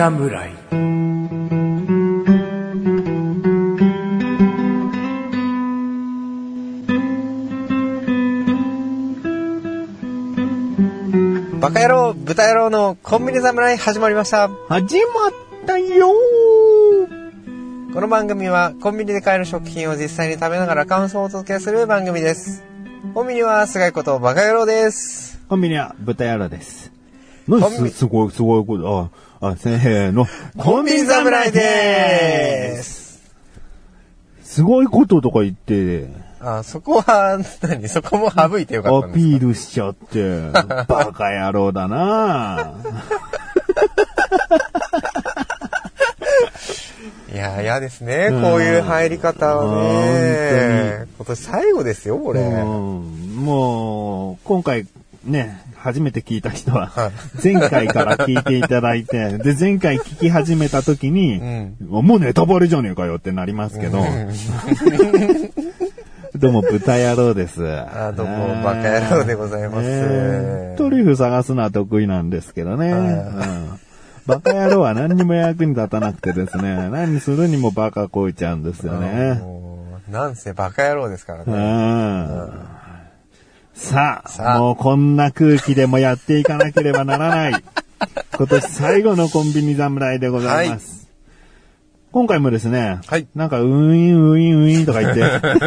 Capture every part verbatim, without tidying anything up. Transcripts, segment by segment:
侍。 バカ野郎、豚野郎のコンビニ侍始まりました。 始まったよー。 この番組はコンビニで買える食品を実際に食べながら感想をお届けする番組です。コンビニは菅井ことバカ野郎です。 コンビニは豚野郎です。何す、すごい、すごいこと、あ、あ、せーの。 コンビニ侍でーす。 すごいこととか言って、 あ、そこは、何そこも省いてよかったんですか？ アピールしちゃって、バカ野郎だな。 いや、嫌ですね。こういう入り方はね。今年最後ですよ、これ。 もう、今回ね、初めて聞いた人は、前回から聞いていただいて、で、前回聞き始めた時に、うん、もうネタバレじゃねえかよってなりますけど、どうも豚野郎です。 あ、どうもバカ野郎でございます。 えー、トリュフ探すのは得意なんですけどね。うん、バカ野郎は何にも役に立たなくてですね、何するにもバカこいちゃうんですよね。 なんせバカ野郎ですからね。 うんうん、さあ、さあ、もうこんな空気でもやっていかなければならない。今年最後のコンビニ侍でございます。はい、今回もですね、はい、なんかウィンウィンウィンとか言って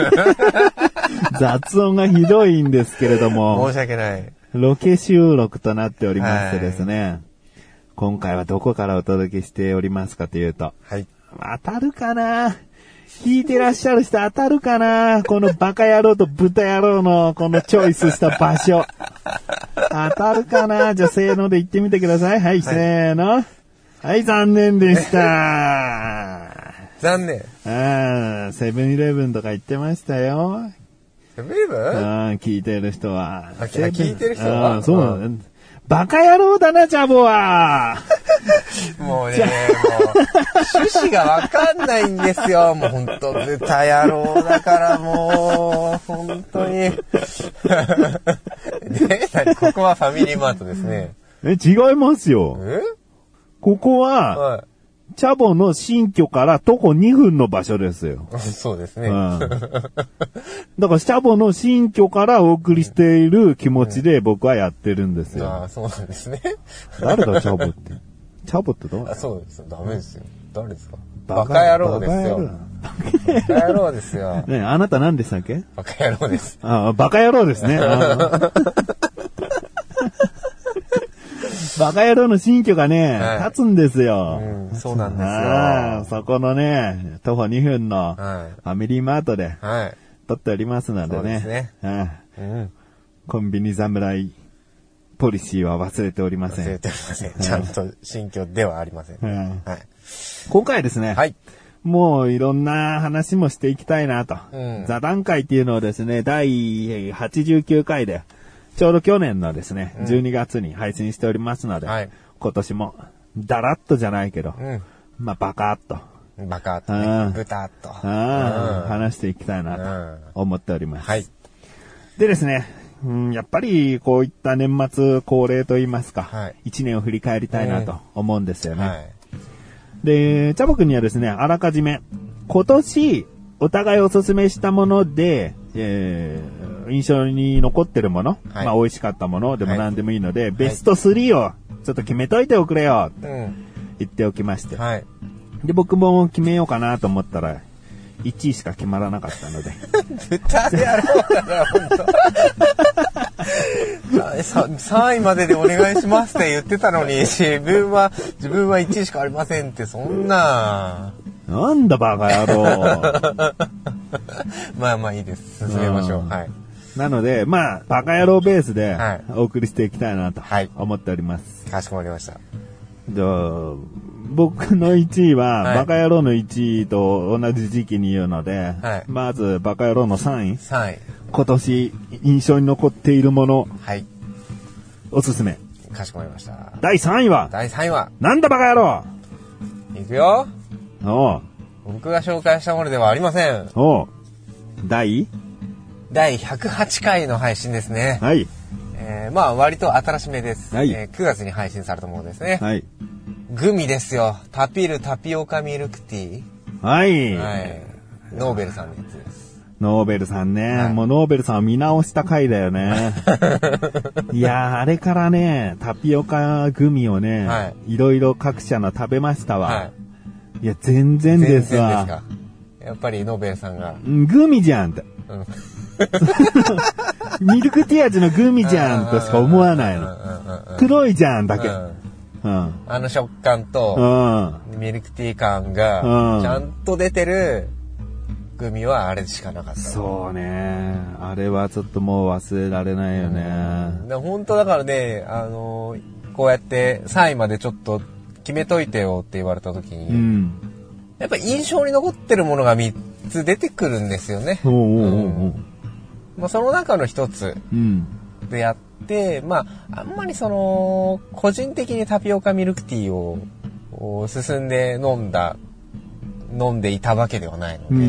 雑音がひどいんですけれども、 申し訳ない。 ロケ収録となっておりましてですね、はい、今回はどこからお届けしておりますかというと、はい、当たるかな？聞いてらっしゃる人当たるかな？このバカ野郎と豚野郎のこのチョイスした場所。当たるかな？じゃあせーので言ってみてください。はい、はい、せーの。はい、残念でした。 残念。 ああ、セブンイレブンとか言ってましたよ。 セブンイレブン？ ああ、聞いてる人は。 あ、聞いてる人は？ ああ、そうなんだ、うん。バカ野郎だな、ジャボは。 もうね、もう、趣旨がわかんないんですよ。もうほんと、豚野郎だからもう、ほんとに。で、ここはファミリーマートですね。 え、違いますよ。 え？ここは、はい、チャボの新居から徒歩にふんの場所ですよ。 そうですね。 うん、だからチャボの新居からお送りしている気持ちで僕はやってるんですよ。 うん、ああ、そうなんですね。 誰だチャボって。チャボってどう？ あ、そうですよ。ダメですよ。誰ですか？バカ野郎ですよ。バカ野郎ですよ。 ね、あなた何でしたっけ？ バカ野郎です。 ああ、バカ野郎ですね。バカ野郎の新居がね、はい、立つんですよ、 うん。そうなんですよ。 あ、そこのね、徒歩にふんのファミリーマートで撮っておりますのでね。そうですね。ああ、うん、コンビニ侍ポリシーは忘れておりません。 忘れておりません。ちゃんと新居ではありません。 うんはい、今回はですね、はい、もういろんな話もしていきたいなと。うん、座談会っていうのをですね、だいはちじゅうきゅうかいで、ちょうど去年のですね、うん、じゅうにがつに配信しておりますので、はい、今年も、だらっとじゃないけど、うん、まあ、バカーっと。 バカーっと、ね、豚っと、 うん。話していきたいなと思っております。はい、でですね、うん、やっぱりこういった年末恒例といいますか、はい、いちねんを振り返りたいなと思うんですよね。はい、で、チャボくんにはですね、あらかじめ、今年、お互いおすすめしたもので、えー、印象に残ってるもの、はい、まあ美味しかったものでも何でもいいので、はい、ベストスリーをちょっと決めといておくれよ、と言っておきまして、はい、で、僕も決めようかなと思ったら、いちいしか決まらなかったので。 豚でやろうだから、ほんと。さんいまででお願いしますって言ってたのに、自分は、自分はいちいしかありませんって、そんな。 なんだバカ野郎。 まあまあいいです。進めましょう。はい。 なので、まあ、バカ野郎ベースでお送りしていきたいなと思っております。 はい、かしこまりました。 じゃあ、僕のいちいは、はい、バカ野郎のいちいと同じ時期に言うので、はい、まずバカ野郎のさんい。 さんい。 今年印象に残っているもの。 はい。 おすすめ。 かしこまりました。 だいさんいはだいさんいはなんだバカ野郎。 いくよ。 おう。 僕が紹介したものではありません。 おう。第だいひゃくはちかいの配信ですね。 はい。 えー、まあ割と新しめです。はい。えー、くがつに配信されたものですね。 はい。 グミですよ。タピルタピオカミルクティー。 はい。 はい。ノーベルさんのやつです。 ノーベルさんね、はい、もうノーベルさんを見直した回だよね。いやー、あれからね、タピオカグミをね、はい、いろいろ各社の食べましたわ。はい、いや、全然ですわ。全然ですか。 やっぱりノーベルさんが。 グミじゃんって。うん、ミルクティー味のグミじゃんとしか思わないの。黒いじゃんだけ。うんうん、あの食感と、うん、ミルクティー感が、ちゃんと出てる、グミはあれしかなかった。 そうね。あれはちょっともう忘れられないよね。 うん、本当だからね、あのー、こうやってさんいまでちょっと決めといてよって言われた時に、うん、やっぱ印象に残ってるものがみっつ出てくるんですよね。おうおうおう、うん、まあ、その中の一つでやって、うん、まあ、あんまりその、個人的にタピオカミルクティーを進んで飲んだ飲んでいたわけではないので、うんうんうん、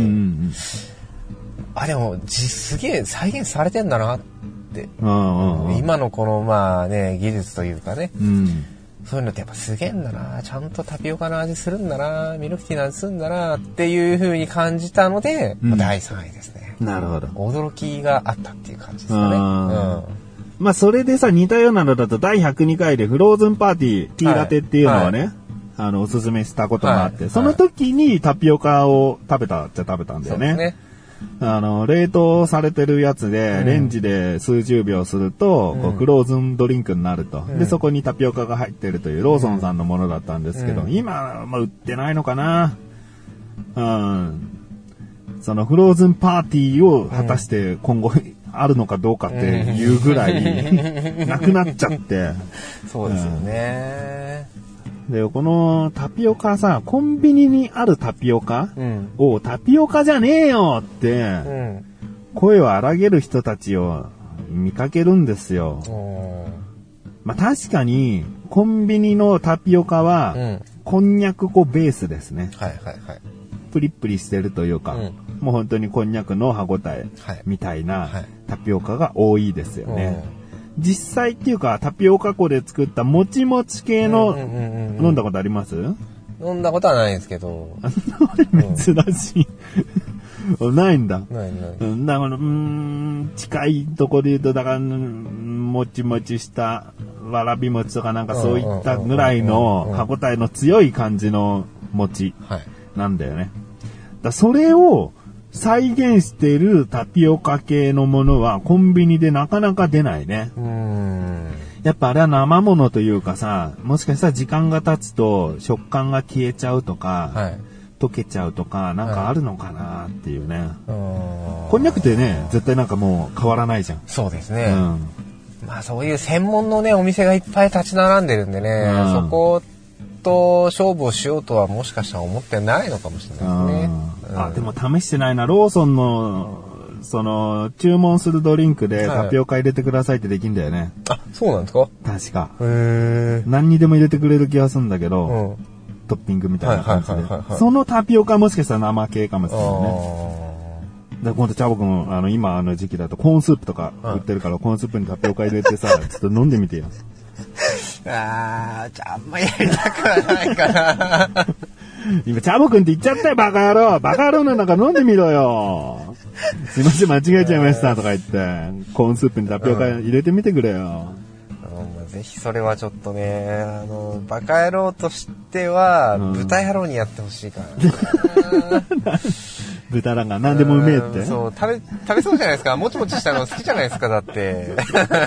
あ、でもすげえ再現されてんだなって、うんうん、今のこのまあね技術というかね、うん、そういうのってやっぱすげえんだな、ちゃんとタピオカの味するんだな、ミルクティーの味するんだなっていう風に感じたので、うん、だいさんいですね。 なるほど。 驚きがあったっていう感じですかね。うん、 まあそれでさ、似たようなのだとだいひゃくにかいでフローズンパーティーティーラテっていうのをね、はいはい、あの、おすすめしたことがあって、はい、その時にタピオカを食べたっちゃ食べたんだよね。そうですね。あの、冷凍されてるやつで、レンジで数十秒すると、うん、こうフローズンドリンクになると、うん。で、そこにタピオカが入ってるというローソンさんのものだったんですけど、うん、今、まあ、売ってないのかな。うん。そのフローズンパーティーを果たして今後、あるのかどうかっていうぐらい、なくなっちゃって。 そうですよね。 うんで、このタピオカさ、コンビニにあるタピオカ、うん、をタピオカじゃねえよって、うん、声を荒げる人たちを見かけるんですよ。まあ確かに、コンビニのタピオカは、うん、こんにゃく粉ベースですね。はいはいはい。プリップリしてるというか、うん、もう本当にこんにゃくの歯ごたえみたいなタピオカが多いですよね。実際っていうかタピオカ粉で作ったもちもち系の飲んだことあります？ 飲んだことはないんですけど。 珍しい。ないんだ。 ないない。 だから、うーん、近いところで言うと、だから、もちもちしたわらび餅とかなんかそういったぐらいの歯ごたえの強い感じの餅なんだよね。だそれを再現しているタピオカ系のものはコンビニでなかなか出ないね。うーん、やっぱあれは生ものというかさ、もしかしたら時間が経つと食感が消えちゃうとか、はい、溶けちゃうとかなんかあるのかなっていうね。はい、こんにゃくってね、絶対なんかもう変わらないじゃん。 そうですね。うん、まあそういう専門のねお店がいっぱい立ち並んでるんでね、うん、そこと勝負をしようとはもしかしたら思ってないのかもしれないですね。 うん、あ、でも試してないな。ローソンのその注文するドリンクでタピオカ入れてくださいってできんだよね。 はい、あ、そうなんですか？ 確か。へー。何にでも入れてくれる気がするんだけど、うん、トッピングみたいな感じで。そのタピオカもしかしたら生系かもしれないね。で今度チャボくん、あの今あの時期だとコーンスープとか売ってるから、はい、コーンスープにタピオカ入れてさ、ちょっと飲んでみてよ。 あー、じゃああんまやりたくはないかな。 今チャボくんって言っちゃったよ、バカ野郎。バカ野郎の中飲んでみろよ。すいません、間違えちゃいましたとか言って、コーンスープにタピオカ入れてみてくれよ。 うん、ぜひそれはちょっとね、あの、バカ野郎としては、うん、豚野郎にやってほしいからな。 豚なんか何でもうめえって。 そう、食べ、食べそうじゃないですか。もちもちしたの好きじゃないですか、だって。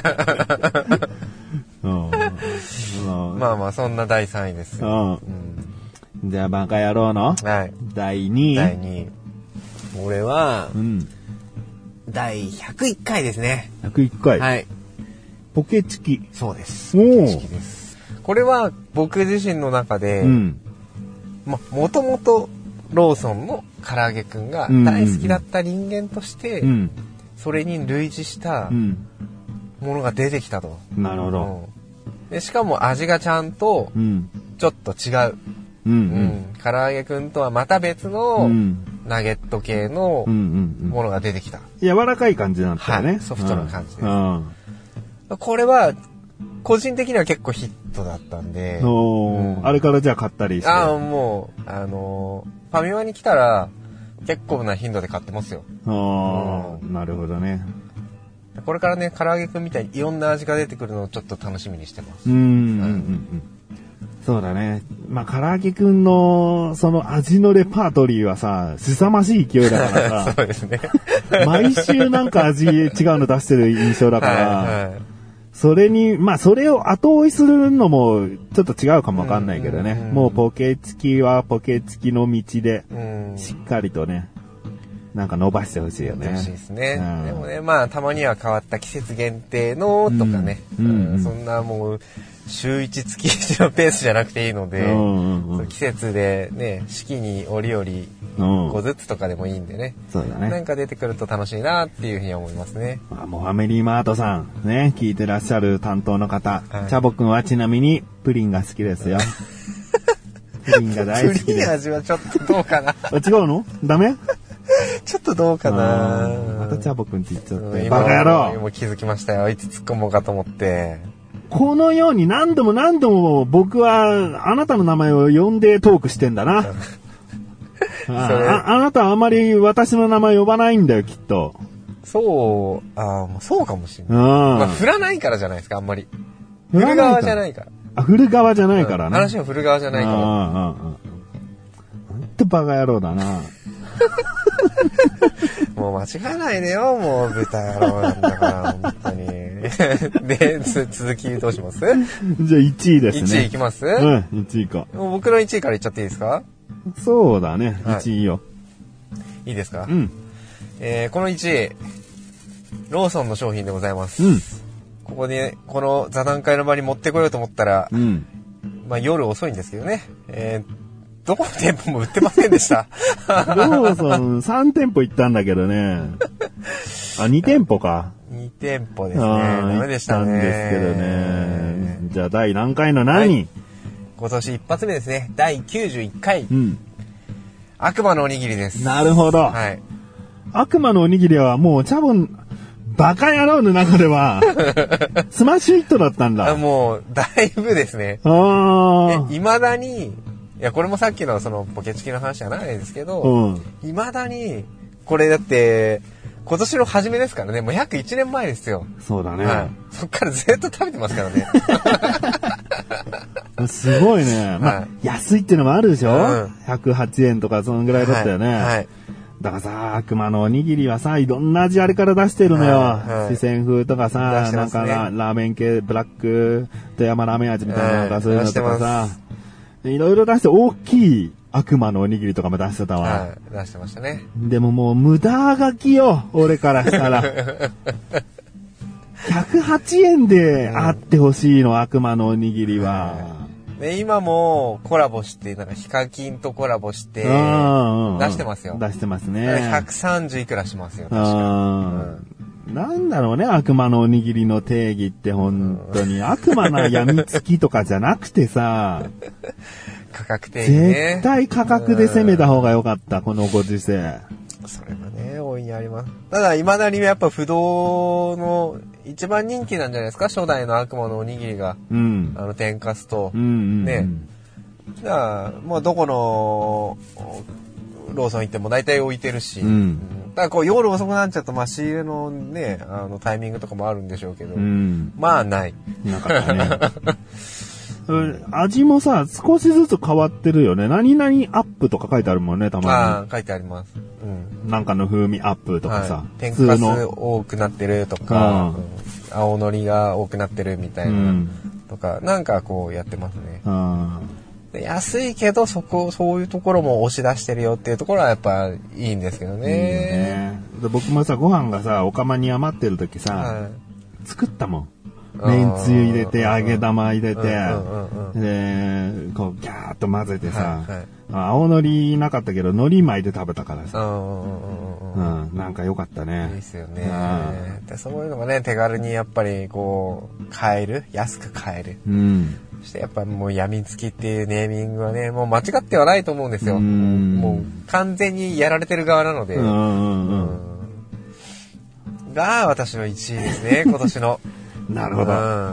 うん、まあまあ、そんなだいさんいですよ。 うん、じゃあ、バカ野郎の、はい、だいにい。 だいにい。俺は、うん、だいひゃくいっかいですね。 ひゃくいっかい。 はい。 ポケチキ。 そうです。ポケチキです。これは僕自身の中で、うん、ま、もともとローソンの唐揚げくんが大好きだった人間として、うんうん、それに類似したものが出てきたと。 うん、なるほど、 うん。で、しかも味がちゃんと、ちょっと違う。うんうん、唐揚げくんとはまた別の、うんナゲット系のものが出てきた。 柔らかい感じなんだよね。 はい、ソフトな感じです。うん、これは個人的には結構ヒットだったんで。 おー、うん、あれからじゃあ買ったりして。 ああ、もう、あのー、ファミマに来たら、結構な頻度で買ってますよ。 ああ、うん、なるほどね。 これからね、唐揚げくんみたいにいろんな味が出てくるのをちょっと楽しみにしてます。 うん、うん、うん。そうだね。まあ、唐揚げくんの、その味のレパートリーはさ、凄ましい勢いだからさ。そうですね。 毎週なんか味違うの出してる印象だから、はいはい、それに、まあ、それを後追いするのも、ちょっと違うかもわかんないけどね。うんうんうん、もうポケチキはポケチキの道で、しっかりとね、なんか伸ばしてほしいよね。 伸ばしてほしいですね、うん。でもね、まあ、たまには変わった季節限定のとかね、うんうんうん、そんなもう、週一月一のペースじゃなくていいので、うんうんうん、季節でね、四季に折々いっこずつとかでもいいんでね、 うん、そうだね。 なんか出てくると楽しいなっていうふうに思いますね。 まあ、もうファミリーマートさん、ね、聞いてらっしゃる担当の方、はい、チャボくんはちなみにプリンが好きですよ。プリンが大好きです。 プリン味はちょっとどうかな。 違うの？ダメ？ ちょっとどうかな。 またチャボくんって言っちゃって。バカ野郎！ 今気づきましたよ。いつ突っ込もうかと思って。 このように何度も何度も僕はあなたの名前を呼んでトークしてんだな。あ, あ, あなたはあまり私の名前呼ばないんだよ、きっと。 そう、あそうかもしれない。まあ、振らないからじゃないですか、あんまり。振る側じゃないから。 あ、振る側じゃないからね。 話を振る側じゃないから。ほんとバカ野郎だな。 もう間違えないでよ、もう豚野郎なんだから、本当に。で、続きどうします？ じゃあいちいですね。 いちいいきます？ うん、いちいか。 もう僕のいちいからいっちゃっていいですか？ そうだね、はい、いちいよ。 いいですか？ うん。 えー、このいちい、ローソンの商品でございます。 うん。 ここで、この座談会の場に持ってこようと思ったら、 うん。 まあ夜遅いんですけどね。えーどこの店舗も売ってませんでした。 ローソンさん店舗行ったんだけどね。あ、に店舗か。 に店舗ですね。ダメでしたね。 行ったんですけどね。じゃあ第何回の何、はい、 今年一発目ですね。だいきゅうじゅういっかい。 うん。 悪魔のおにぎりです。 なるほど。 はい。 悪魔のおにぎりはもう多分、バカ野郎の中では、スマッシュヒットだったんだ。 もう、だいぶですね。 ああ。 未だに、いや、これもさっきのそのポケチキの話じゃないですけど、 うん、 未だに、これだって、今年の初めですからね、もう約いちねんまえですよ。 そうだね。 はい。そっからずっと食べてますからね。すごいね。まあ、はい、安いっていうのもあるでしょ、うん、ひゃくはちえんとかそのぐらいだったよね。はい。はい、だからさ、悪魔のおにぎりはさ、いろんな味あれから出してるのよ。はいはい、四川風とかさ、ね、なんかラーメン系、ブラック、富山ラーメン味みたいなのがそういうのとかさ。いろいろ出して大きい悪魔のおにぎりとかも出してたわ。 はい、出してましたね。 でももう無駄書きよ、俺からしたら。ひゃくはちえんであってほしいの、うん、悪魔のおにぎりは。 で今もコラボして、なんかヒカキンとコラボして、出してますよ。 出してますね。 ひゃくさんじゅういくらしますよ、確か。 うん、なんだろうね、悪魔のおにぎりの定義って本当に。悪魔な病みつきとかじゃなくてさ、 価格定義ね。 絶対価格で攻めた方が良かった、このご時世。 それはね、大いにあります。ただ、未だにやっぱ不動の一番人気なんじゃないですか、初代の悪魔のおにぎりが。 うん。 あの、天かすと。 うんうんうん、 ね。じゃあ、もうどこのローソン行っても大体置いてるし。 うん。 だからこう夜遅くなっちゃうと、まあ仕入れのね、あのタイミングとかもあるんでしょうけど。 うん、 まあない。 なかったね。味もさ、少しずつ変わってるよね。何々アップとか書いてあるもんね、たまに。 ああ、書いてあります。うん。 なんかの風味アップとかさ。はい、 天かす多くなってるとか、うん、青のりが多くなってるみたいな、うん、とか、なんかこうやってますね。で安いけど、そこ、そういうところも押し出してるよっていうところはやっぱいいんですけどね。いいよね。で僕もさ、ご飯がさ、お釜に余ってる時さ、はい、作ったもん。めんつゆ入れて、揚げ玉入れて、で、こう、ギャーっと混ぜてさ、はいはい、青のりなかったけど、海苔巻いて食べたからさ、うん、なんか良かったね。 いいですよね。でそういうのがね、手軽にやっぱりこう、買える、安く買える。 うん。 そしてやっぱもう病みつきっていうネーミングはね、もう間違ってはないと思うんですよ。うん、もう完全にやられてる側なので。うんうんうん、が、私のいちいですね、今年の。 なるほど、うん。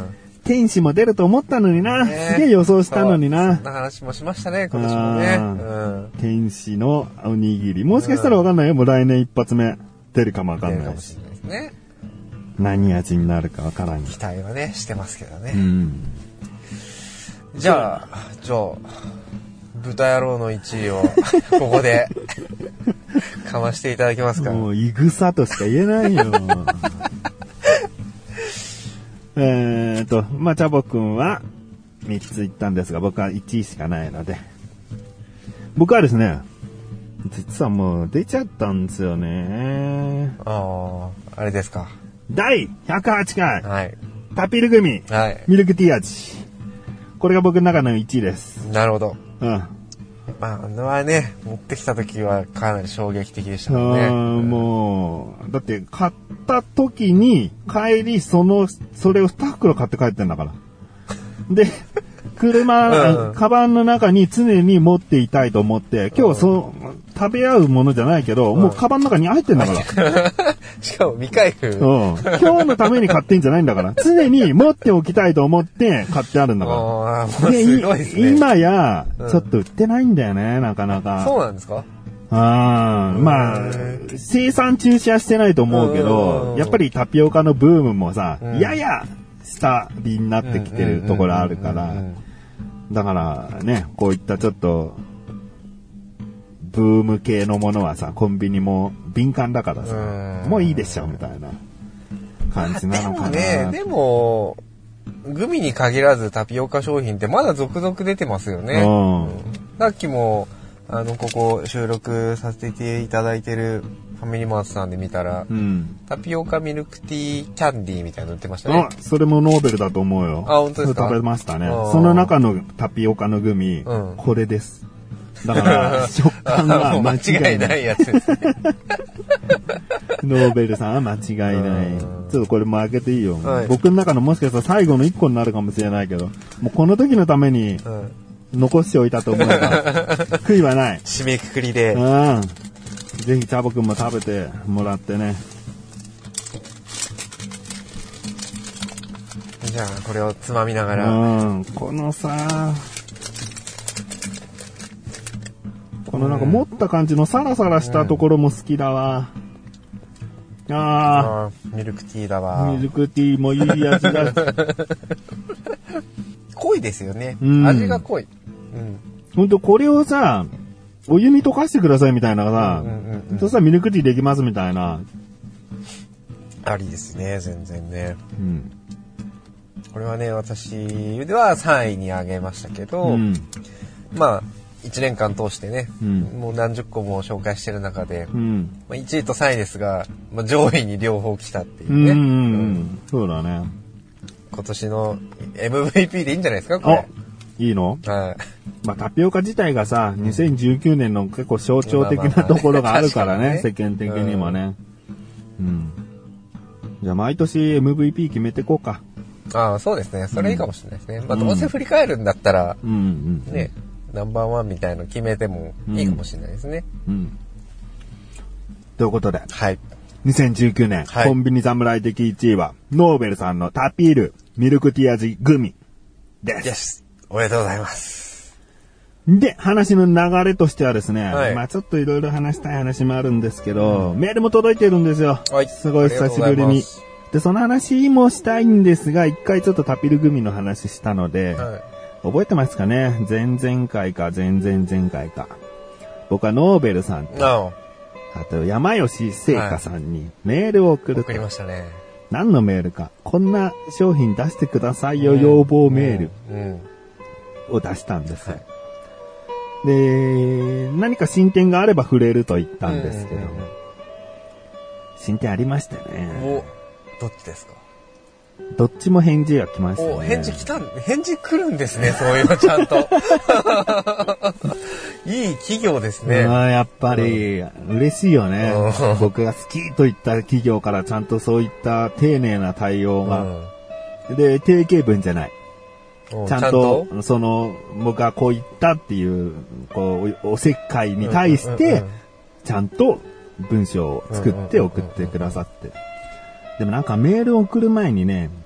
天使も出ると思ったのにな。ね、すげえ予想したのにな。 そんな話もしましたね、今年もね。うん、 天使のおにぎり。もしかしたらわかんないよ。もう来年一発目出るかもわかんないし。出るかもしれないですね。何味になるかわからん。 期待はね、してますけどね。うん、じゃあ、じゃあ、豚野郎のいちいをここでかましていただけますか。 もういぐさとしか言えないよ。えっと、まあ、チャボくんはみっつ言ったんですが、僕はいちいしかないので。僕はですね、実はもう出ちゃったんですよね。 ああ、あれですか。 だいひゃくはちかい。 はい。 タピルグミ。 はい。 ミルクティー味。これが僕の中のいちいです。 なるほど。 うん。 まあ、あのはね、持ってきた時はかなり衝撃的でしたもんね。 あもう、だって買った時に帰りその、それをに袋買って帰ってんだから。で、車、うん、カバンの中に常に持っていたいと思って、今日そう、食べ合うものじゃないけど、うん、もうカバンの中に入ってんだから。 しかも未開封。 うん。今日のために買ってんじゃないんだから。常に持っておきたいと思って買ってあるんだから。 で、すごいですね、 今や、ちょっと売ってないんだよね、なかなか。 そうなんですか？ ああ、まあ、生産中止はしてないと思うけど、やっぱりタピオカのブームもさ、うん、やや下火になってきてるところあるから、だからね、こういったちょっと、ブーム系のものはさ、コンビニも敏感だからさ、もういいでしょみたいな感じなのかな。 でもね、でも、グミに限らずタピオカ商品ってまだ続々出てますよね。うん、さっきも、あの、ここ収録させていただいてるファミリーマートさんで見たら、うん、タピオカミルクティーキャンディーみたいなの売ってましたね。 あ、それもノーベルだと思うよ。 あ、本当ですか？ 食べましたね。その中のタピオカのグミ、うん、これです。だから食感は間違いないやつですね。 ノーベルさんは間違いない。ちょっとこれも開けていいよ。はい、僕の中のもしかしたら最後のいっこになるかもしれないけど、もうこの時のために残しておいたと思えば悔いはない。 締めくくりで。 うん。ぜひチャボくんも食べてもらってね。 じゃあこれをつまみながら。 うん。このさ。このなんか持った感じのサラサラしたところも好きだわ。うん、ああ、 ミルクティーだわ。 ミルクティーもいい味だ。 濃いですよね。うん、味が濃い。うん。 ほんとこれをさ、お湯に溶かしてくださいみたいなさ、うんうんうん、そしたらミルクティーできますみたいな。 ありですね、全然ね。うん。これはね、私ではさんいに挙げましたけど、うん、まあ、いちねんかん通してね、うん、もう何十個も紹介してる中で、うんまあ、いちいとさんいですが、まあ、上位に両方来たっていうね。うんうんうん、 そうだね。 今年の エムブイピー でいいんじゃないですか、これ。 いいの？ はい。 まあタピオカ自体がさ、にせんじゅうきゅうねんの結構象徴的なところがあるからね、世間的にもね。うん。じゃあ毎年 エムブイピー 決めていこうか。 ああ、そうですね。それいいかもしれないですね。うん、まあどうせ振り返るんだったら、うん、ね、ナンバーワンみたいの決めてもいいかもしれないですね。うん。うん、 ということで、 はい。 にせんじゅうきゅうねん、はい、コンビニ侍的いちいは、ノーベルさんのタピールミルクティー味グミです。 です。おめでとうございます。 で、話の流れとしてはですね、はい、まあちょっといろいろ話したい話もあるんですけど、うん、メールも届いてるんですよ。はい。すごい久しぶりに。で、その話もしたいんですが、一回ちょっとタピルグミの話したので、はい、覚えてますかね？前々回か前々前回か。僕はノーベルさんと、no. あと山吉聖華さんにメールを送ると、 送りましたね。 何のメールか。こんな商品出してくださいよ、うん、要望メールを出したんです、はい。で、何か進展があれば触れると言ったんですけど、うんうんうん、進展ありましたね。 お、どっちですか？ どっちも返事が来ましたね。 お、返事来たん、返事来るんですね、そういうのちゃんと。いい企業ですね。 あ、やっぱり、うん、嬉しいよね。僕が好きと言った企業からちゃんとそういった丁寧な対応が。うん、で、定型文じゃない。ちゃんと、その、僕がこう言ったっていう、こう、おせっかいに対して、ちゃんと文章を作って送ってくださって。でもなんかメールを送る前にね、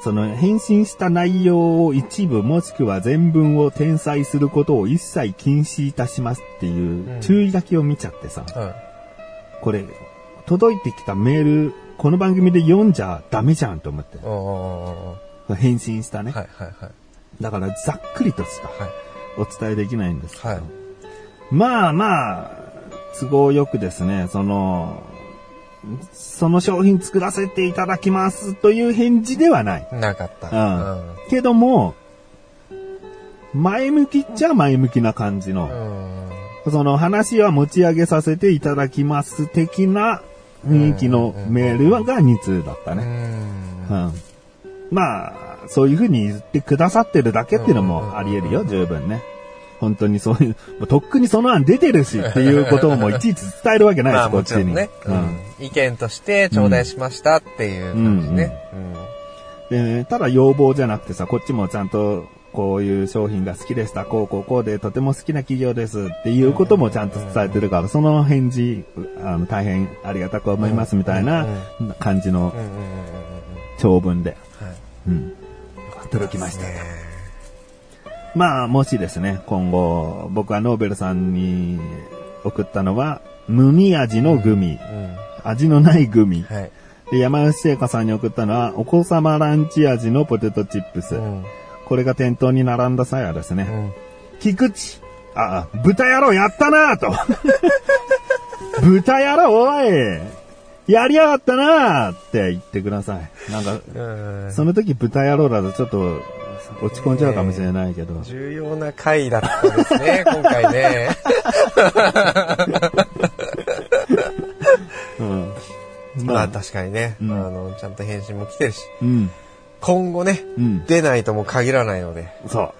その返信した内容を一部もしくは全文を転載することを一切禁止いたしますっていう注意書きを見ちゃってさ、うんはい、これ届いてきたメールこの番組で読んじゃダメじゃんと思って返信したね、はいはいはい、だからざっくりとしかお伝えできないんですけど、はい、まあまあ都合よくですね、そのその商品作らせていただきますという返事ではない。 なかった。 うん。けども、前向きっちゃ前向きな感じの、うん、その話は持ち上げさせていただきます的な雰囲気のメールはがに通だったね。うんうん、まあ、そういう風に言ってくださってるだけっていうのもあり得るよ、十分ね。本当にそういう、もうとっくにその案出てるしっていうことをもういちいち伝えるわけないです、まあ、こっちに。ね、 うん。意見として頂戴しましたっていう感じね。 うんうんうん、でただ要望じゃなくてさ、こっちもちゃんとこういう商品が好きでした、こうこうこうでとても好きな企業ですっていうこともちゃんと伝えてるから、その返事、あの大変ありがたく思いますみたいな感じの長文で、うん、届きましたよ。まあ、もしですね、今後、僕はノーベルさんに送ったのは、無味味のグミ、うんうん、味のないグミ、はい、で、山内聖華さんに送ったのは、お子様ランチ味のポテトチップス。うん、これが店頭に並んだ際はですね、うん、菊池、あ、豚野郎やったなぁと。豚野郎おいやりやがったなぁって言ってください。なんか、その時豚野郎だとちょっと、落ち込んじゃうかもしれないけど、 えー、重要な回だったですね今回ね、うんまあ、まあ確かにね、うん、あのちゃんと返信も来てるし、うん、今後ね、うん、出ないとも限らないのでそう、はい、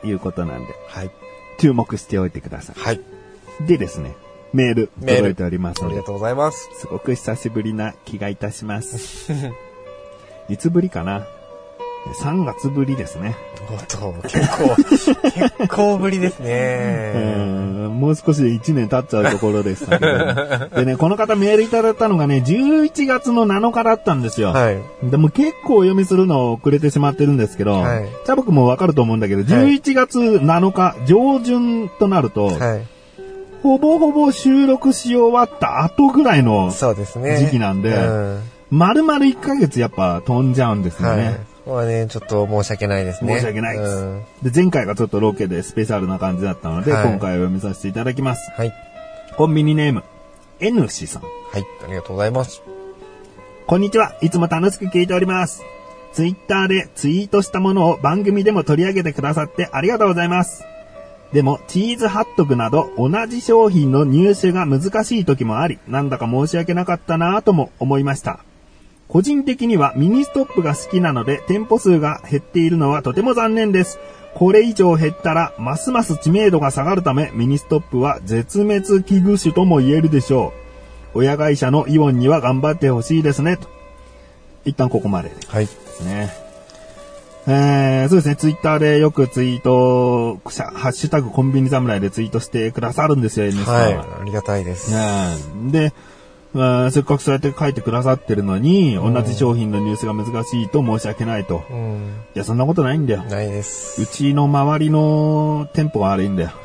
いうことなんで、はい、注目しておいてください、はい、でですねメール届いておりますのでありがとうございます。 すごく久しぶりな気がいたしますいつぶりかな、さんがつぶりですね。 おっと、結構、結構ぶりですね、 うん。もう少しでいちねん経っちゃうところでしたけど、ね。でね、この方メールいただいたのがね、じゅういちがつのなのかだったんですよ。はい。でも結構お読みするの遅れてしまってるんですけど、はい。チャボくもわかると思うんだけど、じゅういちがつなのか、上旬となると、はい。ほぼほぼ収録し終わった後ぐらいの時期なんで、丸々いっかげつやっぱ飛んじゃうんですよね。はいまあね、ちょっと申し訳ないですね。 申し訳ないです。うん、で、前回がちょっとロケでスペシャルな感じだったので、はい、今回を読みさせていただきます。はい。コンビニネーム、N 氏さん。 はい、ありがとうございます。 こんにちは。いつも楽しく聞いております。ツイッターでツイートしたものを番組でも取り上げてくださってありがとうございます。でも、チーズハットグなど同じ商品の入手が難しい時もあり、なんだか申し訳なかったなぁとも思いました。個人的にはミニストップが好きなので店舗数が減っているのはとても残念です。これ以上減ったらますます知名度が下がるためミニストップは絶滅危惧種とも言えるでしょう。親会社のイオンには頑張ってほしいですね。と一旦ここまでです、ね。はい。えー、そうですね。ツイッターでよくツイート、ハッシュタグコンビニ侍でツイートしてくださるんですよ、N さんは。はい。 ありがたいです。 ね、で、せっかくそうやって書いてくださってるのに、うん、同じ商品のニュースが難しいと申し訳ないと、うん、いやそんなことないんだよ。 ないです。 うちの周りの店舗が悪いんだよ。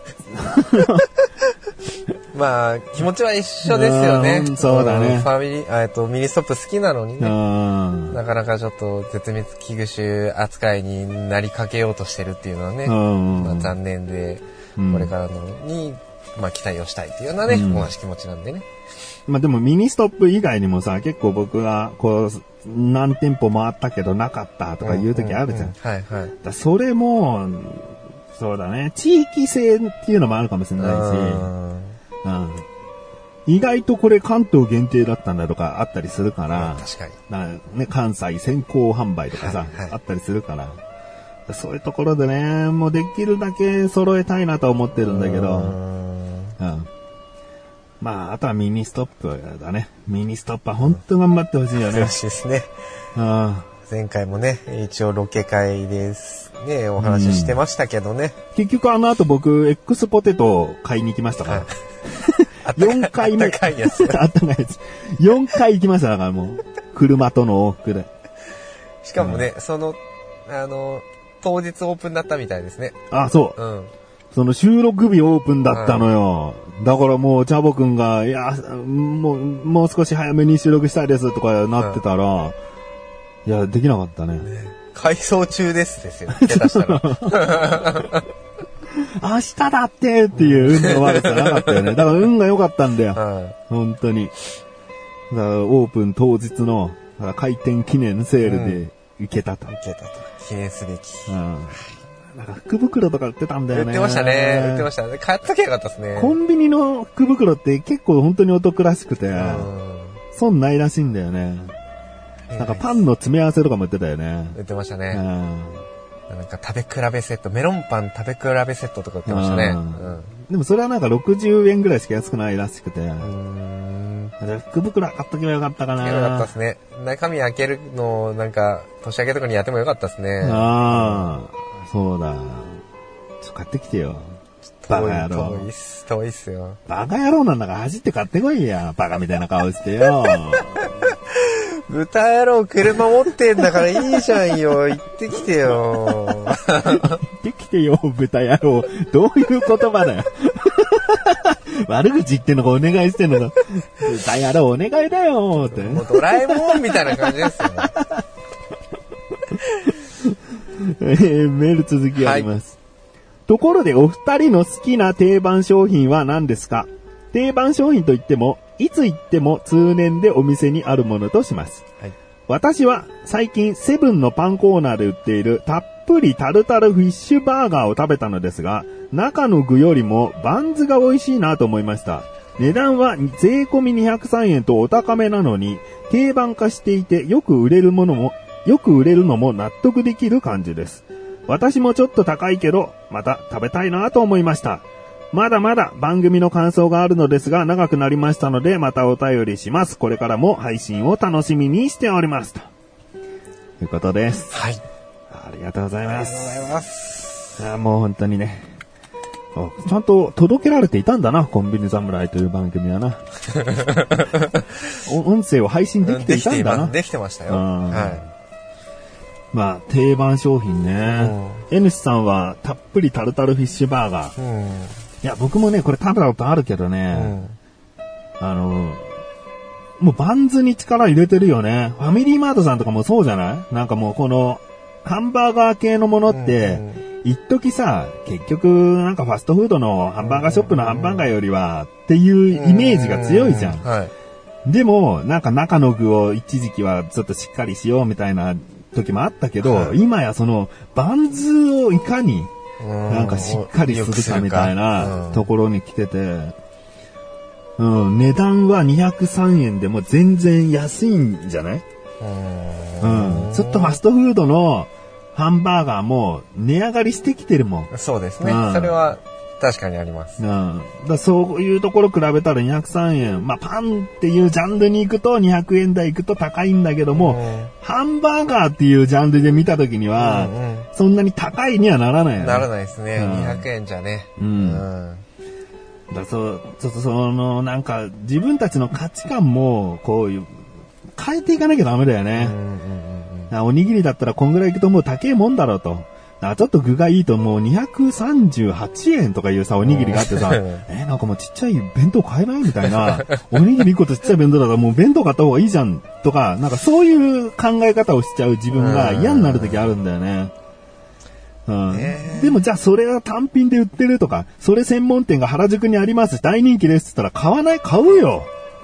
まあ気持ちは一緒ですよね。 うん、そうだね。 ファミリー、えっとミニストップ好きなのにね、なかなかちょっと絶滅危惧種扱いになりかけようとしてるっていうのはね、まあ、残念で、うん、これからのにまあ期待をしたいっていうようなね、うん、同じ気持ちなんでね。 まあでもミニストップ以外にもさ、結構僕がこう何店舗回ったけどなかったとかいう時あるじゃん。はいはい。だそれもそうだね、地域性っていうのもあるかもしれないし、うん、意外とこれ関東限定だったんだとかあったりするから、 確かに。 なね、関西先行販売とかさ、はいはい、あったりするから、そういうところでね、もうできるだけ揃えたいなと思ってるんだけど、うんまあ、あとはミニストップだね。ミニストップは本当頑張ってほしいよね。 欲しいですね。あ前回もね、一応ロケ会ですね、お話ししてましたけどね。 うん、結局あの後僕、X ポテトを買いに行きましたから。よんかいめ。あったかいやつ。あったかいやつ。よんかい行きましただからもう、車との往復で。 しかもね、うん、その、あの、当日オープンだったみたいですね。 あ、そう。うん。その収録日オープンだったのよ。うん、だからもう、チャボくんが、いや、もう、もう少し早めに収録したいですとかなってたら、うん、いや、できなかったね。ね、 改装中ですですよ。下手したら。 明日だってっていう運の悪さなかったよね。だから運が良かったんだよ。うん、本当に。だからオープン当日の開店記念セールで行けたと。 うん、行けたと。記念すべき。うん。 なんか福袋とか売ってたんだよね。 売ってましたね。売ってましたね。買っときゃよかったですね。 コンビニの福袋って結構本当にお得らしくて、損ないらしいんだよね。なんかパンの詰め合わせとかも売ってたよね。 売ってましたね。うん、なんか食べ比べセット、メロンパン食べ比べセットとか売ってましたね。うん、 でもそれはなんかろくじゅうえんぐらいしか安くないらしくて。うーん、福袋買っとけばよかったかな。 よかったですね。中身開けるのなんか年明けとかにやってもよかったですね。 ああ。そうだ。ちょっと買ってきてよ。バカ野郎。 遠いっす、遠いっすよ。 バカ野郎なんだから走って買ってこいや。バカみたいな顔してよ。 豚野郎車持ってんだからいいじゃんよ。行ってきてよ。 行ってきてよ、豚野郎。どういう言葉だよ。悪口言ってんのかお願いしてんのか。豚野郎お願いだよって。 もうドラえもんみたいな感じですよ。 えー、メール続きあります、はい。ところでお二人の好きな定番商品は何ですか？定番商品といってもいつ行っても通年でお店にあるものとします、はい、私は最近セブンのパンコーナーで売っているたっぷりタルタルフィッシュバーガーを食べたのですが、中の具よりもバンズが美味しいなと思いました。値段は税込みにひゃくさんえんとお高めなのに定番化していてよく売れるものもよく売れるのも納得できる感じです。私もちょっと高いけど、また食べたいなと思いました。まだまだ番組の感想があるのですが、長くなりましたので、またお便りします。これからも配信を楽しみにしております。ということです。 はい。 ありがとうございます。 ありがとうございます。 あ、もう本当にね。ちゃんと届けられていたんだな、コンビニ侍という番組はな。音声を配信できていたんだな。 できてましたよ。はい。 まあ、定番商品ね。N さんはたっぷりタルタルフィッシュバーガー。うん、いや、僕もね、これ食べたことあるけどね。うん、あの、もうバンズに力入れてるよね。ファミリーマートさんとかもそうじゃない？なんかもうこの、ハンバーガー系のものって、一時さ、結局なんかファストフードのハンバーガーショップのハンバーガーよりはっていうイメージが強いじゃん。はい、でも、なんか中の具を一時期はちょっとしっかりしようみたいな時もあったけど、はい、今やそのバンズをいかになんかしっかりするかみたいなところに来てて、うん、値段はにひゃくさんえんでも全然安いんじゃない？うん、ちょっとファストフードのハンバーガーも値上がりしてきてるもん。 そうですね。うん、それは確かにあります。 うん、だそういうところ比べたらにひゃくさんえん。まあパンっていうジャンルに行くとにひゃくえん台行くと高いんだけども、うん、ハンバーガーっていうジャンルで見たときには、うんうん、そんなに高いにはならないよね。 ならないですね。うん、にひゃくえんじゃね。うん。うんだそう、ちょっとその、なんか、自分たちの価値観も、こういう、変えていかなきゃダメだよね。うんうんうん、おにぎりだったらこんぐらいいくともう高いもんだろうと。ちょっと具がいいともうにひゃくさんじゅうはちえんとかいうさ、おにぎりがあってさ、え、なんかもうちっちゃい弁当買えないみたいな。おにぎりいっことちっちゃい弁当だからもう弁当買った方がいいじゃんとか、なんかそういう考え方をしちゃう自分が嫌になる時あるんだよね。うんえー、でもじゃあそれは単品で売ってるとか、それ専門店が原宿にあります大人気ですって言ったら買わない？買うよ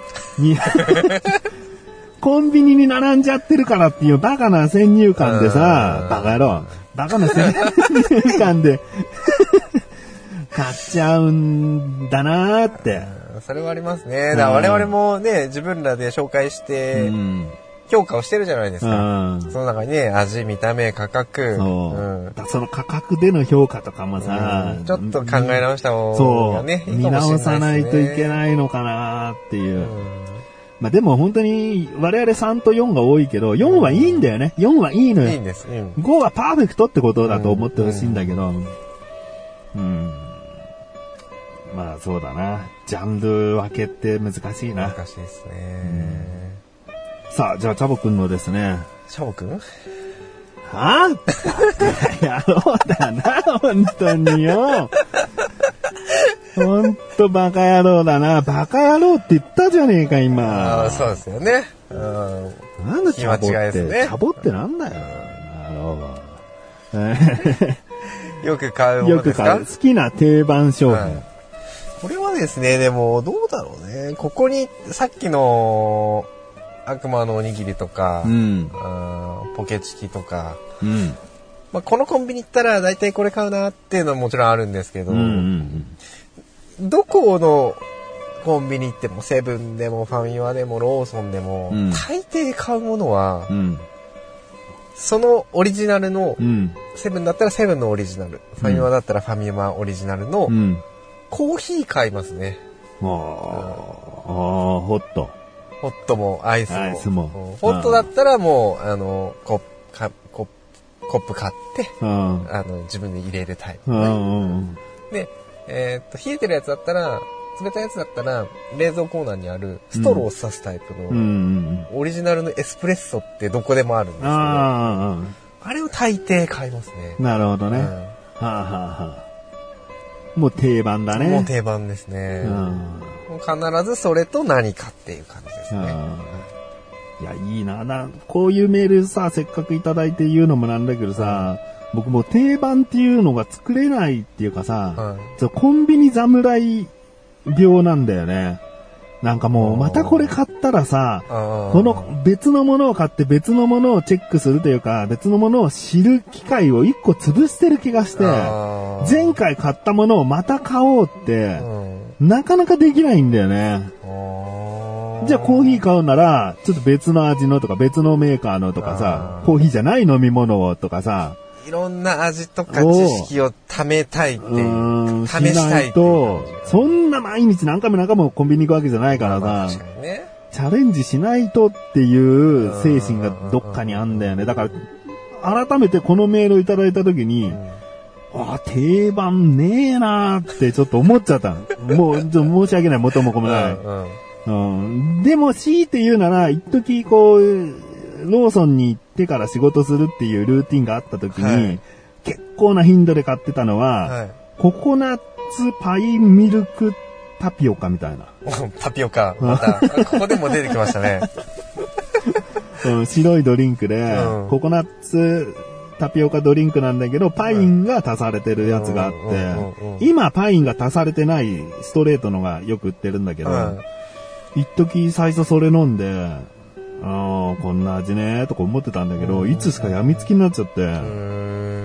コンビニに並んじゃってるからっていうバカな先入観でさ、バカ野郎バカな先入観で買っちゃうんだなーって。 それはありますね。だから我々もね、自分らで紹介して、うん評価をしてるじゃないですか。うん、その中にね、味、見た目、価格。 そううん、その価格での評価とかもさ、 うん、ちょっと考え直した方がね、 そういいかもしれないですね。見直さないといけないのかなっていう。うん、まあでも本当に我々さんとよんが多いけど、よんはいいんだよね。よんはいいのよ。 いいんです。うん、 ごはパーフェクトってことだと思ってほしいんだけど、うん。うん、まあそうだな。ジャンル分けって難しいな。 難しいですね。 うんさあ、じゃあ、チャボくんのですね。 チャボくんはぁバカ野郎だな、本当によ。ほんとバカ野郎だな。バカ野郎って言ったじゃねえか、今。 ああ、そうですよね。うん。 なんだチャボって。 ですね、 チャボってなんだよ。 よく買うものですか？ よく買う。好きな定番商品。はい、 これはですね、でも、どうだろうね。ここに、さっきの、悪魔のおにぎりとか、うん、ポケチキとか、うんまあ、このコンビニ行ったら大体これ買うなっていうのはもちろんあるんですけど、うんうんうん、どこのコンビニ行ってもセブンでもファミマでもローソンでも、うん、大抵買うものは、うん、そのオリジナルの、うん、セブンだったらセブンのオリジナル、ファミマだったらファミマオリジナルの、うん、コーヒー買いますね。 あ、うん、あホット。 ホットもアイスも。 アイスも。 ホットだったらもう、あの、コップ、コップ、コップ買って、あの、自分で入れるタイプ、ね。で、えー、っと、冷えてるやつだったら、冷たいやつだったら、冷蔵コーナーにあるストローを刺すタイプの、うん、オリジナルのエスプレッソってどこでもあるんですけど、あ, あれを大抵買いますね。 なるほどね。うん、はあはあはあ。もう定番だね。 もう定番ですね。うん必ずそれと何かっていう感じですね。 いや、いいな。な、こういうメールさ、せっかくいただいて言うのもなんだけどさ、僕もう定番っていうのが作れないっていうかさ、うん、コンビニ侍病なんだよね。なんかもう、またこれ買ったらさ、この別のものを買って別のものをチェックするというか、別のものを知る機会を一個潰してる気がして、前回買ったものをまた買おうって、うんなかなかできないんだよね。じゃあコーヒー買うなら、ちょっと別の味のとか別のメーカーのとかさ、コーヒーじゃない飲み物をとかさ。 いろんな味とか知識をためたいっていう。試したいっていう。 そんな毎日何回も何回もコンビニ行くわけじゃないからさ。まあ確かにね、チャレンジしないとっていう精神がどっかにあんだよね。だから、改めてこのメールをいただいたときに、うんあ、定番ねえなーってちょっと思っちゃったの。もう、ちょっと申し訳ない、元も子もない。うんうんうん、でも、強いて言うなら、一時こう、ローソンに行ってから仕事するっていうルーティンがあった時に、はい、結構な頻度で買ってたのは、はい、ココナッツパインミルクタピオカみたいな。 タピオカ。また、ここでも出てきましたね。 うん、白いドリンクで、うん、ココナッツ、タピオカドリンクなんだけど、パインが足されてるやつがあって、今パインが足されてないストレートのがよく売ってるんだけど、一時最初それ飲んで、ああ、こんな味ね、とか思ってたんだけど、いつしか病みつきになっちゃって、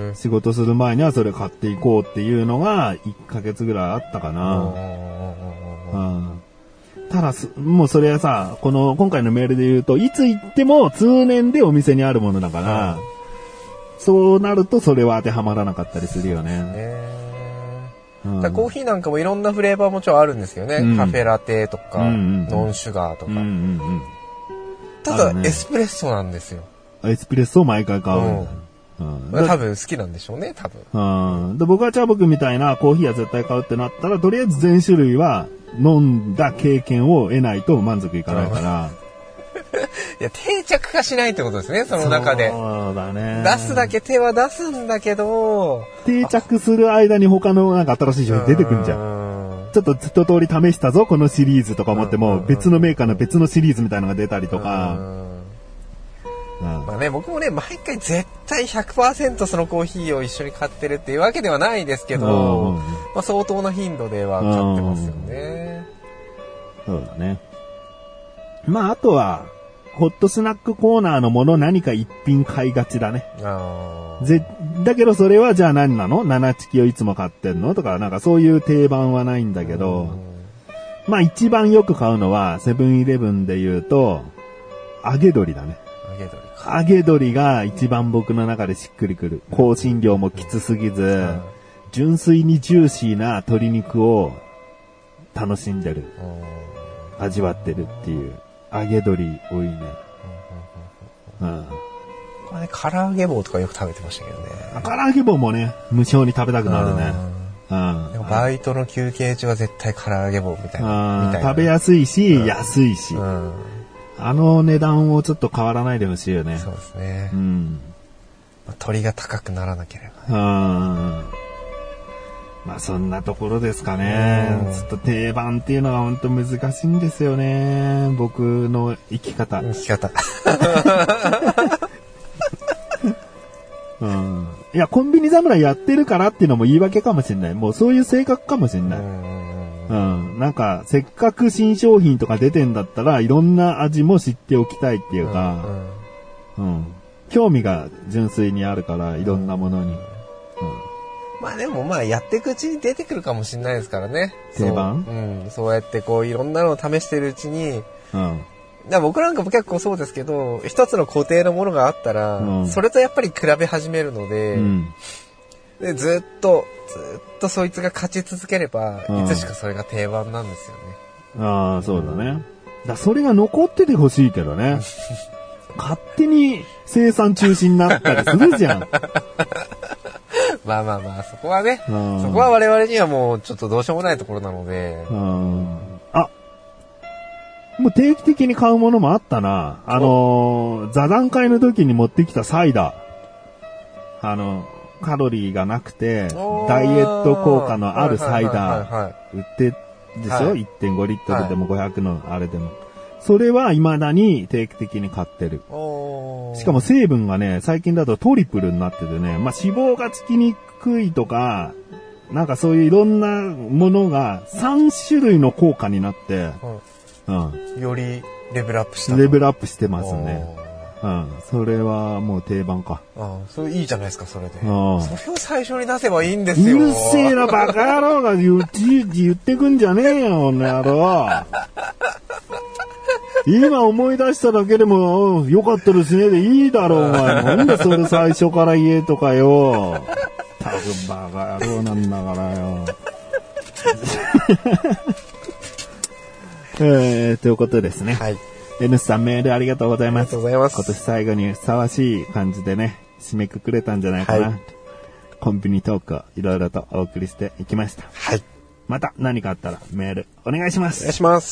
仕事する前にはそれ買っていこうっていうのがいっかげつぐらいあったかな。うん、ただ、もうそれはさ、この今回のメールで言うと、いつ行っても通年でお店にあるものだから、そうなるとそれは当てはまらなかったりするよね。 うん、だコーヒーなんかもいろんなフレーバーもちろんあるんですけどね。うん、カフェラテとか、うんうん、ノンシュガーとか。うんうんうん、ただ、ね、エスプレッソなんですよ。 エスプレッソを毎回買うんだ。 うんうん、多分好きなんでしょうね、多分。 うん、で僕はチャボくみたいなコーヒーは絶対買うってなったら、とりあえず全種類は飲んだ経験を得ないと満足いかないから。 いや、定着化しないってことですね、その中で。 そうだね。 出すだけ手は出すんだけど、 定着する間に他のなんか新しい商品出てくんじゃん。ちょっと一通り試したぞ、このシリーズとか思っても、別のメーカーの別のシリーズみたいなのが出たりとか。 うん、まあね、僕もね、毎回絶対 ひゃくパーセント そのコーヒーを一緒に買ってるっていうわけではないですけど、まあ相当な頻度では買ってますよね。 そうだね。まああとは、ホットスナックコーナーのもの何か一品買いがちだね。あぜだけどそれはじゃあ何なの？七チキをいつも買ってんのとか、なんかそういう定番はないんだけど、まあ一番よく買うのはセブンイレブンで言うと、揚げ鶏だね。 揚げ鶏か。 揚げ鶏が一番僕の中でしっくりくる。香辛料もきつすぎず、純粋にジューシーな鶏肉を楽しんでる。味わってるっていう。揚げ鶏多いね。 うん。これね、唐揚げ棒とかよく食べてましたけどね。 唐揚げ棒もね、無性に食べたくなるね。 うん。でもバイトの休憩中は絶対唐揚げ棒みたいな。みたいな食べやすいし、うん、安いし、うん。あの値段をちょっと変わらないでほしいよね。 そうですね。うん。 鳥が高くならなければ、 ね。うん。まあそんなところですかね。ちょっと定番っていうのは本当難しいんですよね。僕の生き方。 生き方。 うん、いや、コンビニ侍やってるからっていうのも言い訳かもしれない。もうそういう性格かもしれない。うん。なんか、せっかく新商品とか出てんだったら、いろんな味も知っておきたいっていうか、うん、うん。興味が純粋にあるから、いろんなものに。うん。 まあでもまあやっていくうちに出てくるかもしれないですからね。 定番？ そう、うん。そうやってこういろんなのを試してるうちに、うん。だ僕なんかも結構そうですけど、一つの固定のものがあったら、うん、それとやっぱり比べ始めるので、うん、でずっと、ずっとそいつが勝ち続ければ、うん、いつしかそれが定番なんですよね。 ああ、そうだね。だそれが残っててほしいけどね。勝手に生産中止になったりするじゃん。 まあまあまあ、そこはね、そこは我々にはもうちょっとどうしようもないところなので。 あ、もう定期的に買うものもあったな。あのー、座談会の時に持ってきたサイダー。あの、カロリーがなくて、ダイエット効果のあるサイダー売ってでしょ、はい、いってんご リットルでもごひゃくのあれでも。それは未だに定期的に買ってる。しかも成分がね、最近だとトリプルになっててね、まあ、脂肪がつきにくいとか、なんかそういういろんなものがさん種類の効果になって、 うん、よりレベルアップした。 レベルアップしてますね。うん、それはもう定番か。 ああ、それいいじゃないですか、それで。ああ、それを最初に出せばいいんですよ。 うるせえなバカ野郎が言うじ言ってくんじゃねえよ、この野郎。今思い出しただけでも、よかったですねでいいだろう、お前。なんでそれ最初から言えとかよ。たぶんバカ野郎なんだからよ。えー、ということですね。はい。N さんメールありがとうございます。 ありがとうございます。 今年最後にふさわしい感じでね、締めくくれたんじゃないかな。はい、コンビニトークをいろいろとお送りしていきました。 はい。 また何かあったらメールお願いします。 お願いします。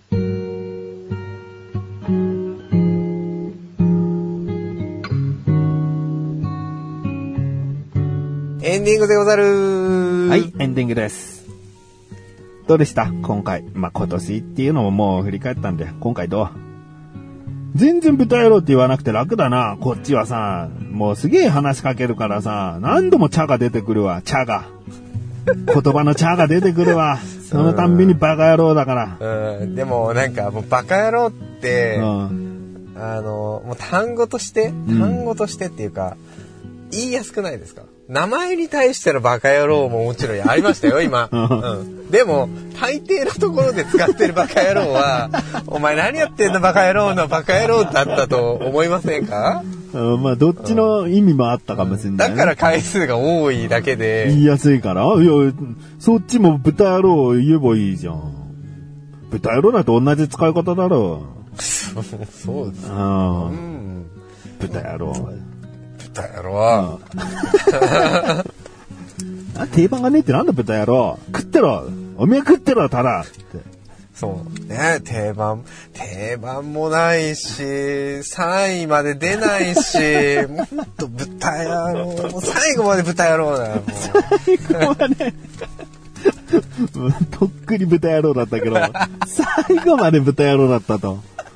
エンディングでござる。 はい、エンディングです。どうでした今回。まあ、今年っていうのももう振り返ったんで、今回どう？全然豚野郎って言わなくて楽だな。こっちはさ、もうすげえ話しかけるからさ、何度も茶が出てくるわ、茶が。言葉の茶が出てくるわ。そのたんびにバカ野郎だから。うん、でもなんかもうバカ野郎って、うん、あの、もう単語として、単語としてっていうか、うん、言いやすくないですか？名前に対してのバカ野郎ももちろんありましたよ、今。うん、でも、大抵のところで使ってるバカ野郎は、お前何やってんのバカ野郎のバカ野郎だったと思いませんか？ うん、まあ、どっちの意味もあったかもしれない、 ね、だから回数が多いだけで。 言いやすいから。いや、そっちも豚野郎言えばいいじゃん。豚野郎だと同じ使い方だろう。 そうです。うん。 豚野郎。 豚野郎。 定番がねえってなんだ豚野郎。食ってろ。おめえ食ってろ、ただ。って。 そうね、定番、定番もないし、さんいまで出ないし、もっと豚野郎、もう最後まで豚野郎だよ、もう。 最後まで。とっくに豚野郎だったけど、最後まで豚野郎だったと。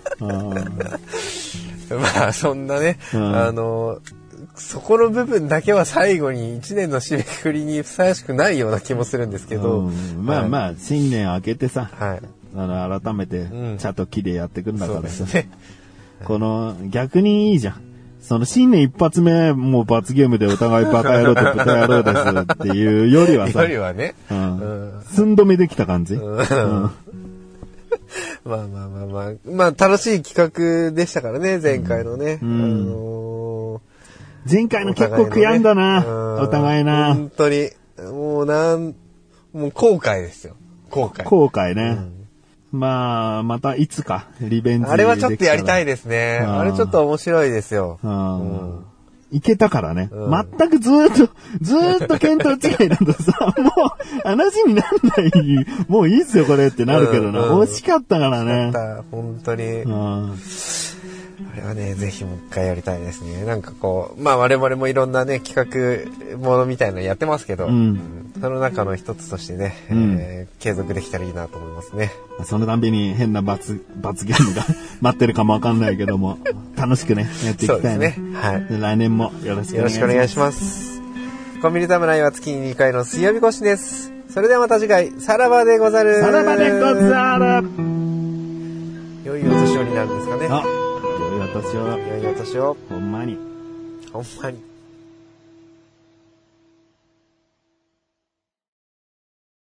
まあ、そんなね、うん、あの、そこの部分だけは最後にいちねんの締めくくりにふさわしくないような気もするんですけど。 うん、まあまあ、はい、新年明けてさ、はい、あの改めて、ちゃんと木でやっていくんだからさ、うんね、この、逆にいいじゃん。その新年一発目、もう罰ゲームでお互いバカ野郎と豚野郎ですっていうよりはさ、 よりはね、 うん、寸止めできた感じ。うんうんまあまあまあまあ、まあ楽しい企画でしたからね、前回のね。うん、あのー、 前回の結構悔やんだな、お互いな。 本当に、もうなん、もう後悔ですよ。後悔。 後悔ね。うん、まあ、またいつか、リベンジできたら。 あれはちょっとやりたいですね。あれちょっと面白いですよ。うん、 いけたからね。うん、全くずーっと、ずーっと見当違いだとさ、もう話になんない、もういいっすよこれってなるけどな。うんうん、惜しかったからね。 惜しかった、本当に。うん、 あれはね、ぜひもう一回やりたいですね。なんかこう、まあ我々もいろんなね、企画ものみたいなのやってますけど、うん、その中の一つとしてね、うん、えー、継続できたらいいなと思いますね。 そのたんびに変な罰、罰ゲームが待ってるかもわかんないけども、楽しくね、やっていきたいね。そうですね。はい。来年もよろしくお願いします。 よろしくお願いします。コンビニ侍は月ににかいの水曜日更新です。それではまた次回、さらばでござる。 さらばでござる。 良いお年をになるんですかね。 あ、良いお年を。 良いお年を。 ほんまに。 ほんまに。